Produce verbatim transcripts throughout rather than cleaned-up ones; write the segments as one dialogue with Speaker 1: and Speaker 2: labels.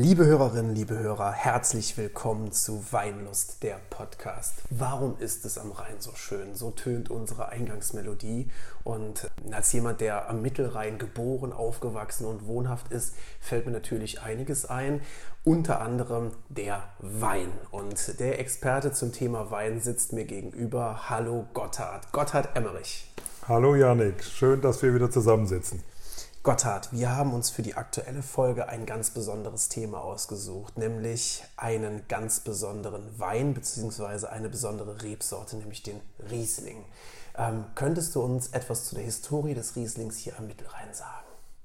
Speaker 1: Liebe Hörerinnen, liebe Hörer, herzlich willkommen zu Weinlust, der Podcast. Warum ist es am Rhein so schön? So tönt unsere Eingangsmelodie. Und als jemand, der am Mittelrhein geboren, aufgewachsen und wohnhaft ist, fällt mir natürlich einiges ein. Unter anderem der Wein. Und der Experte zum Thema Wein sitzt mir gegenüber. Hallo Gotthard. Gotthard Emmerich.
Speaker 2: Hallo Janik, schön, dass wir wieder zusammensitzen.
Speaker 1: Gotthard, wir haben uns für die aktuelle Folge ein ganz besonderes Thema ausgesucht, nämlich einen ganz besonderen Wein bzw. eine besondere Rebsorte, nämlich den Riesling. Ähm, könntest du uns etwas zu der Historie des Rieslings hier am Mittelrhein sagen?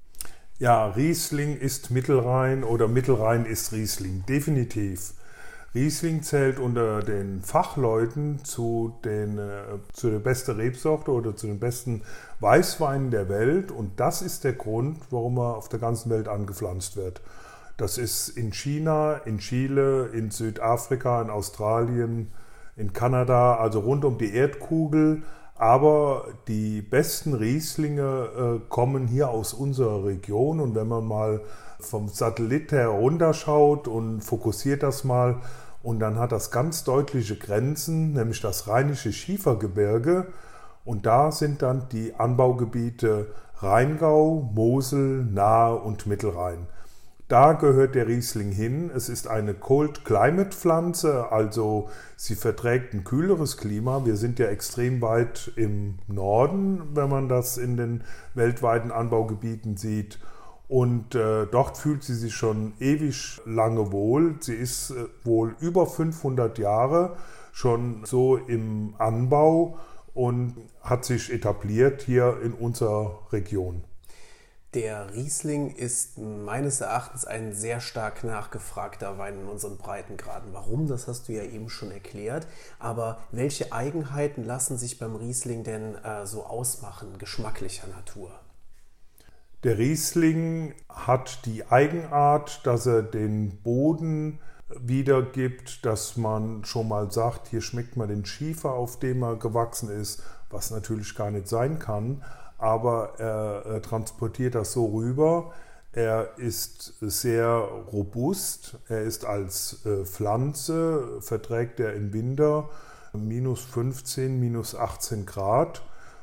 Speaker 2: Ja, Riesling ist Mittelrhein oder Mittelrhein ist Riesling, definitiv. Riesling zählt unter den Fachleuten zu, den, äh, zu der besten Rebsorte oder zu den besten Weißweinen der Welt. Und das ist der Grund, warum er auf der ganzen Welt angepflanzt wird. Das ist in China, in Chile, in Südafrika, in Australien, in Kanada, also rund um die Erdkugel. Aber die besten Rieslinge äh, kommen hier aus unserer Region. Und wenn man mal vom Satellit her runterschaut und fokussiert das mal, und dann hat das ganz deutliche Grenzen, nämlich das Rheinische Schiefergebirge. Und da sind dann die Anbaugebiete Rheingau, Mosel, Nahe und Mittelrhein. Da gehört der Riesling hin. Es ist eine Cold-Climate-Pflanze, also sie verträgt ein kühleres Klima. Wir sind ja extrem weit im Norden, wenn man das in den weltweiten Anbaugebieten sieht. Und äh, dort fühlt sie sich schon ewig lange wohl. Sie ist äh, wohl über fünfhundert Jahre schon so im Anbau und hat sich etabliert hier in unserer Region.
Speaker 1: Der Riesling ist meines Erachtens ein sehr stark nachgefragter Wein in unseren Breitengraden. Warum, das hast du ja eben schon erklärt. Aber welche Eigenheiten lassen sich beim Riesling denn äh, so ausmachen, geschmacklicher Natur?
Speaker 2: Der Riesling hat die Eigenart, dass er den Boden wiedergibt, dass man schon mal sagt, hier schmeckt man den Schiefer, auf dem er gewachsen ist, was natürlich gar nicht sein kann, aber er, er transportiert das so rüber. Er ist sehr robust, er ist als äh, Pflanze, verträgt er im Winter minus fünfzehn, minus achtzehn Grad.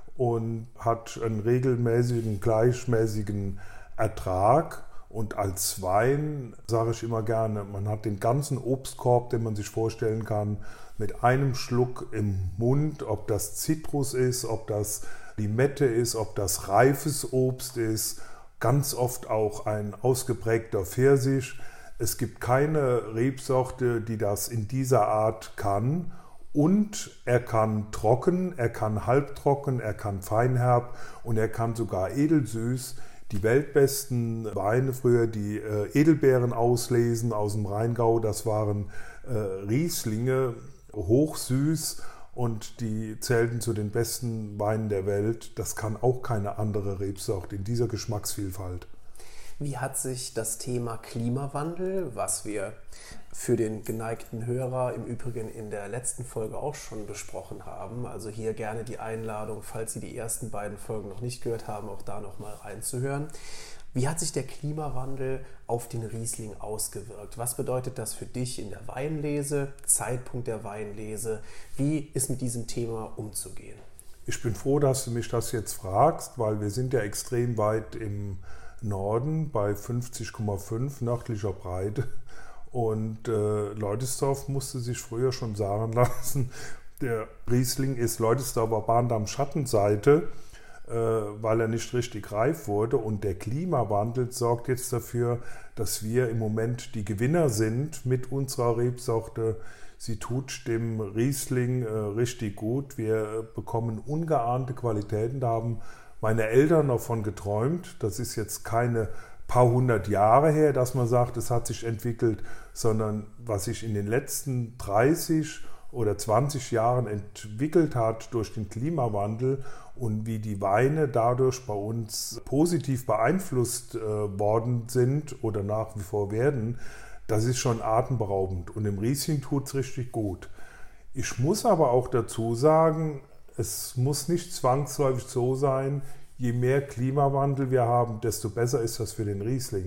Speaker 2: Und hat einen regelmäßigen, gleichmäßigen Ertrag. Und als Wein sage ich immer gerne, man hat den ganzen Obstkorb, den man sich vorstellen kann, mit einem Schluck im Mund, ob das Zitrus ist, ob das Limette ist, ob das reifes Obst ist, ganz oft auch ein ausgeprägter Pfirsich. Es gibt keine Rebsorte, die das in dieser Art kann. Und er kann trocken, er kann halbtrocken, er kann feinherb und er kann sogar edelsüß. Die weltbesten Weine früher, die äh, Edelbeeren auslesen aus dem Rheingau, das waren äh, Rieslinge, hochsüß und die zählten zu den besten Weinen der Welt. Das kann auch keine andere Rebsorte in dieser Geschmacksvielfalt.
Speaker 1: Wie hat sich das Thema Klimawandel, was wir für den geneigten Hörer im Übrigen in der letzten Folge auch schon besprochen haben, also hier gerne die Einladung, falls Sie die ersten beiden Folgen noch nicht gehört haben, auch da nochmal reinzuhören. Wie hat sich der Klimawandel auf den Riesling ausgewirkt? Was bedeutet das für dich in der Weinlese, Zeitpunkt der Weinlese? Wie ist mit diesem Thema umzugehen?
Speaker 2: Ich bin froh, dass du mich das jetzt fragst, weil wir sind ja extrem weit im Norden bei fünfzig Komma fünf nördlicher Breite und äh, Leudesdorf musste sich früher schon sagen lassen, der Riesling ist Leudesdorfer Bahndamm-Schattenseite, äh, weil er nicht richtig reif wurde und der Klimawandel sorgt jetzt dafür, dass wir im Moment die Gewinner sind mit unserer Rebsorte. Sie tut dem Riesling äh, richtig gut, wir bekommen ungeahnte Qualitäten, da haben meine Eltern davon geträumt. Das ist jetzt keine paar hundert Jahre her, dass man sagt, es hat sich entwickelt, sondern was sich in den letzten dreißig oder zwanzig Jahren entwickelt hat durch den Klimawandel und wie die Weine dadurch bei uns positiv beeinflusst äh, worden sind oder nach wie vor werden, das ist schon atemberaubend. Und im Riesling tut es richtig gut. Ich muss aber auch dazu sagen, es muss nicht zwangsläufig so sein, je mehr Klimawandel wir haben, desto besser ist das für den Riesling.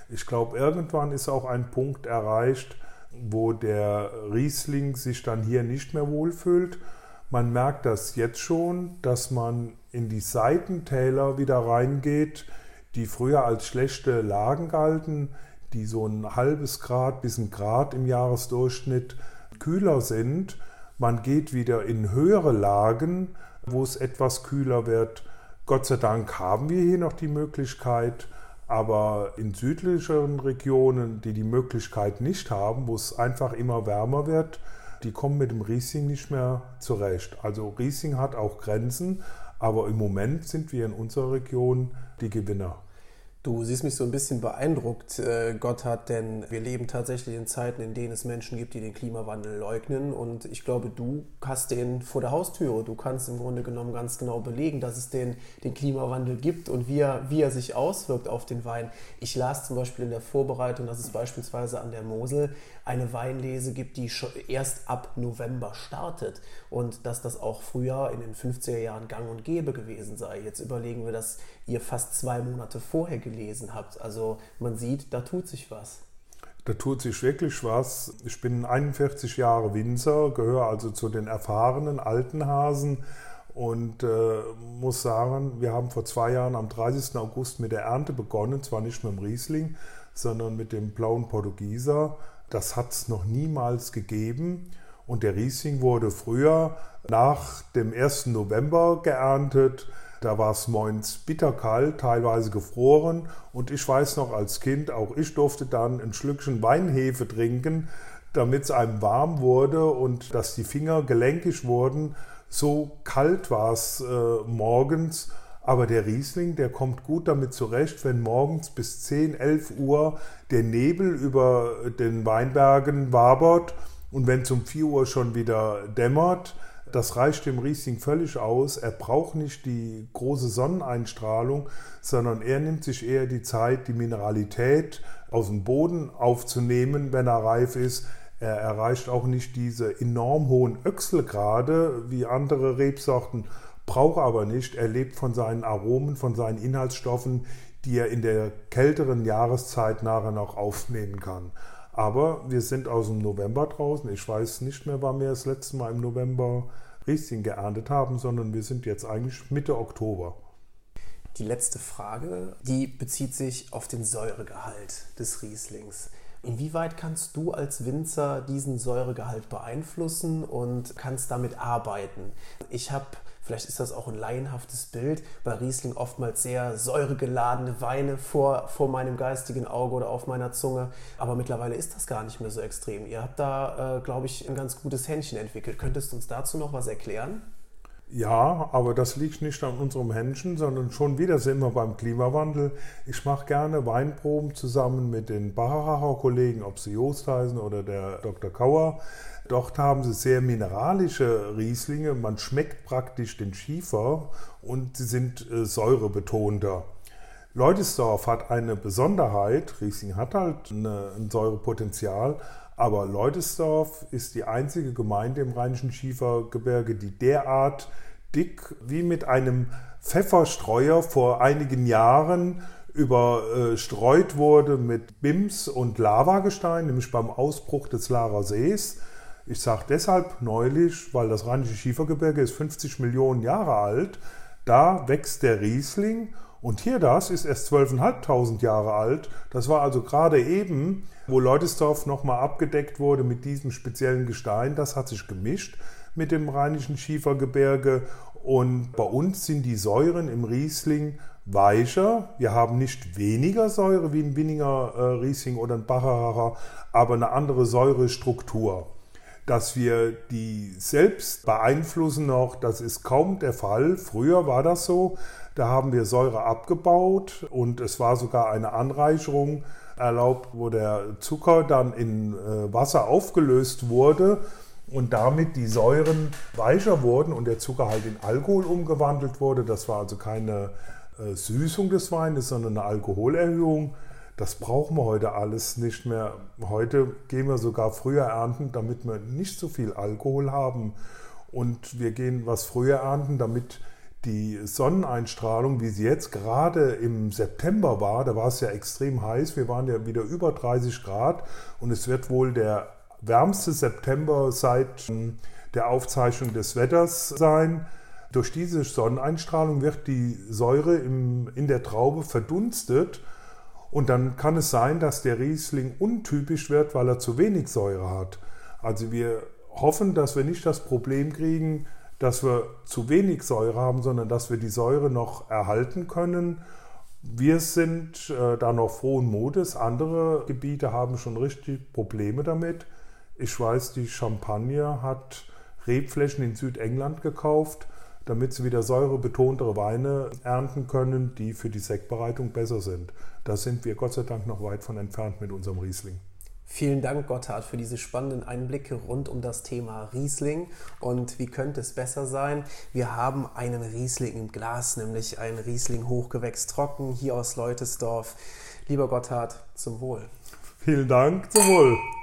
Speaker 2: Ich glaube, irgendwann ist auch ein Punkt erreicht, wo der Riesling sich dann hier nicht mehr wohlfühlt. Man merkt das jetzt schon, dass man in die Seitentäler wieder reingeht, die früher als schlechte Lagen galten, die so ein halbes Grad bis ein Grad im Jahresdurchschnitt kühler sind. Man geht wieder in höhere Lagen, wo es etwas kühler wird. Gott sei Dank haben wir hier noch die Möglichkeit, aber in südlicheren Regionen, die die Möglichkeit nicht haben, wo es einfach immer wärmer wird, die kommen mit dem Riesling nicht mehr zurecht. Also Riesling hat auch Grenzen, aber im Moment sind wir in unserer Region die Gewinner.
Speaker 1: Du siehst mich so ein bisschen beeindruckt, äh, Gotthard, denn wir leben tatsächlich in Zeiten, in denen es Menschen gibt, die den Klimawandel leugnen. Und ich glaube, du hast den vor der Haustüre. Du kannst im Grunde genommen ganz genau belegen, dass es den, den Klimawandel gibt und wie er, wie er sich auswirkt auf den Wein. Ich las zum Beispiel in der Vorbereitung, dass es beispielsweise an der Mosel eine Weinlese gibt, die schon erst ab November startet und dass das auch früher in den fünfziger Jahren gang und gäbe gewesen sei. Jetzt überlegen wir, dass ihr fast zwei Monate vorher gelesen habt. Also man sieht, da tut sich was.
Speaker 2: Da tut sich wirklich was. Ich bin einundvierzig Jahre Winzer, gehöre also zu den erfahrenen alten Hasen und äh, muss sagen, wir haben vor zwei Jahren am dreißigsten August mit der Ernte begonnen, zwar nicht mit dem Riesling, sondern mit dem blauen Portugieser. Das hat es noch niemals gegeben und der Riesling wurde früher nach dem ersten November geerntet. Da war es morgens bitterkalt, teilweise gefroren und ich weiß noch als Kind, auch ich durfte dann ein Schlückchen Weinhefe trinken, damit es einem warm wurde und dass die Finger gelenkig wurden. So kalt war es äh, morgens, aber der Riesling, der kommt gut damit zurecht, wenn morgens bis zehn, elf Uhr der Nebel über den Weinbergen wabert und wenn es um vier Uhr schon wieder dämmert. Das reicht dem Riesling völlig aus. Er braucht nicht die große Sonneneinstrahlung, sondern er nimmt sich eher die Zeit, die Mineralität aus dem Boden aufzunehmen, wenn er reif ist. Er erreicht auch nicht diese enorm hohen Öchselgrade wie andere Rebsorten, braucht aber nicht. Er lebt von seinen Aromen, von seinen Inhaltsstoffen, die er in der kälteren Jahreszeit nachher noch aufnehmen kann. Aber wir sind aus dem November draußen. Ich weiß nicht mehr, wann wir das letzte Mal im November Riesling geerntet haben, sondern wir sind jetzt eigentlich Mitte Oktober.
Speaker 1: Die letzte Frage, die bezieht sich auf den Säuregehalt des Rieslings. Inwieweit kannst du als Winzer diesen Säuregehalt beeinflussen und kannst damit arbeiten? Ich habe, vielleicht ist das auch ein laienhaftes Bild, bei Riesling oftmals sehr säuregeladene Weine vor, vor meinem geistigen Auge oder auf meiner Zunge. Aber mittlerweile ist das gar nicht mehr so extrem. Ihr habt da, äh, glaube ich, ein ganz gutes Händchen entwickelt. Könntest du uns dazu noch was erklären?
Speaker 2: Ja, aber das liegt nicht an unserem Händchen, sondern schon wieder sind wir beim Klimawandel. Ich mache gerne Weinproben zusammen mit den Bacheracher Kollegen, ob sie Jost heißen oder der Doktor Kauer. Dort haben sie sehr mineralische Rieslinge. Man schmeckt praktisch den Schiefer und sie sind äh, säurebetonter. Leudesdorf hat eine Besonderheit. Riesling hat halt eine, ein Säurepotenzial. Aber Leudesdorf ist die einzige Gemeinde im Rheinischen Schiefergebirge, die derart dick wie mit einem Pfefferstreuer vor einigen Jahren überstreut wurde mit Bims und Lavagestein, nämlich beim Ausbruch des Laarer Sees. Ich sage deshalb neulich, weil das Rheinische Schiefergebirge ist fünfzig Millionen Jahre alt, da wächst der Riesling. Und hier das ist erst zwölftausendfünfhundert Jahre alt. Das war also gerade eben, wo Leudesdorf nochmal abgedeckt wurde mit diesem speziellen Gestein. Das hat sich gemischt mit dem Rheinischen Schiefergebirge. Und bei uns sind die Säuren im Riesling weicher. Wir haben nicht weniger Säure wie ein Winninger äh, Riesling oder ein Bacheracher, aber eine andere Säurestruktur. Dass wir die selbst beeinflussen noch, das ist kaum der Fall. Früher war das so. Da haben wir Säure abgebaut und es war sogar eine Anreicherung erlaubt, wo der Zucker dann in Wasser aufgelöst wurde und damit die Säuren weicher wurden und der Zucker halt in Alkohol umgewandelt wurde. Das war also keine Süßung des Weines, sondern eine Alkoholerhöhung. Das brauchen wir heute alles nicht mehr. Heute gehen wir sogar früher ernten, damit wir nicht so viel Alkohol haben. Und wir gehen was früher ernten, damit die Sonneneinstrahlung, wie sie jetzt gerade im September war, da war es ja extrem heiß, wir waren ja wieder über dreißig Grad und es wird wohl der wärmste September seit der Aufzeichnung des Wetters sein. Durch diese Sonneneinstrahlung wird die Säure im, in der Traube verdunstet und dann kann es sein, dass der Riesling untypisch wird, weil er zu wenig Säure hat. Also wir hoffen, dass wir nicht das Problem kriegen, dass wir zu wenig Säure haben, sondern dass wir die Säure noch erhalten können. Wir sind äh, da noch frohen Mutes. Andere Gebiete haben schon richtig Probleme damit. Ich weiß, die Champagne hat Rebflächen in Südengland gekauft, damit sie wieder säurebetontere Weine ernten können, die für die Sektbereitung besser sind. Da sind wir Gott sei Dank noch weit von entfernt mit unserem Riesling.
Speaker 1: Vielen Dank, Gotthard, für diese spannenden Einblicke rund um das Thema Riesling. Und wie könnte es besser sein? Wir haben einen Riesling im Glas, nämlich einen Riesling Hochgewächs trocken hier aus Leutesdorf. Lieber Gotthard, zum Wohl.
Speaker 2: Vielen Dank, zum Wohl.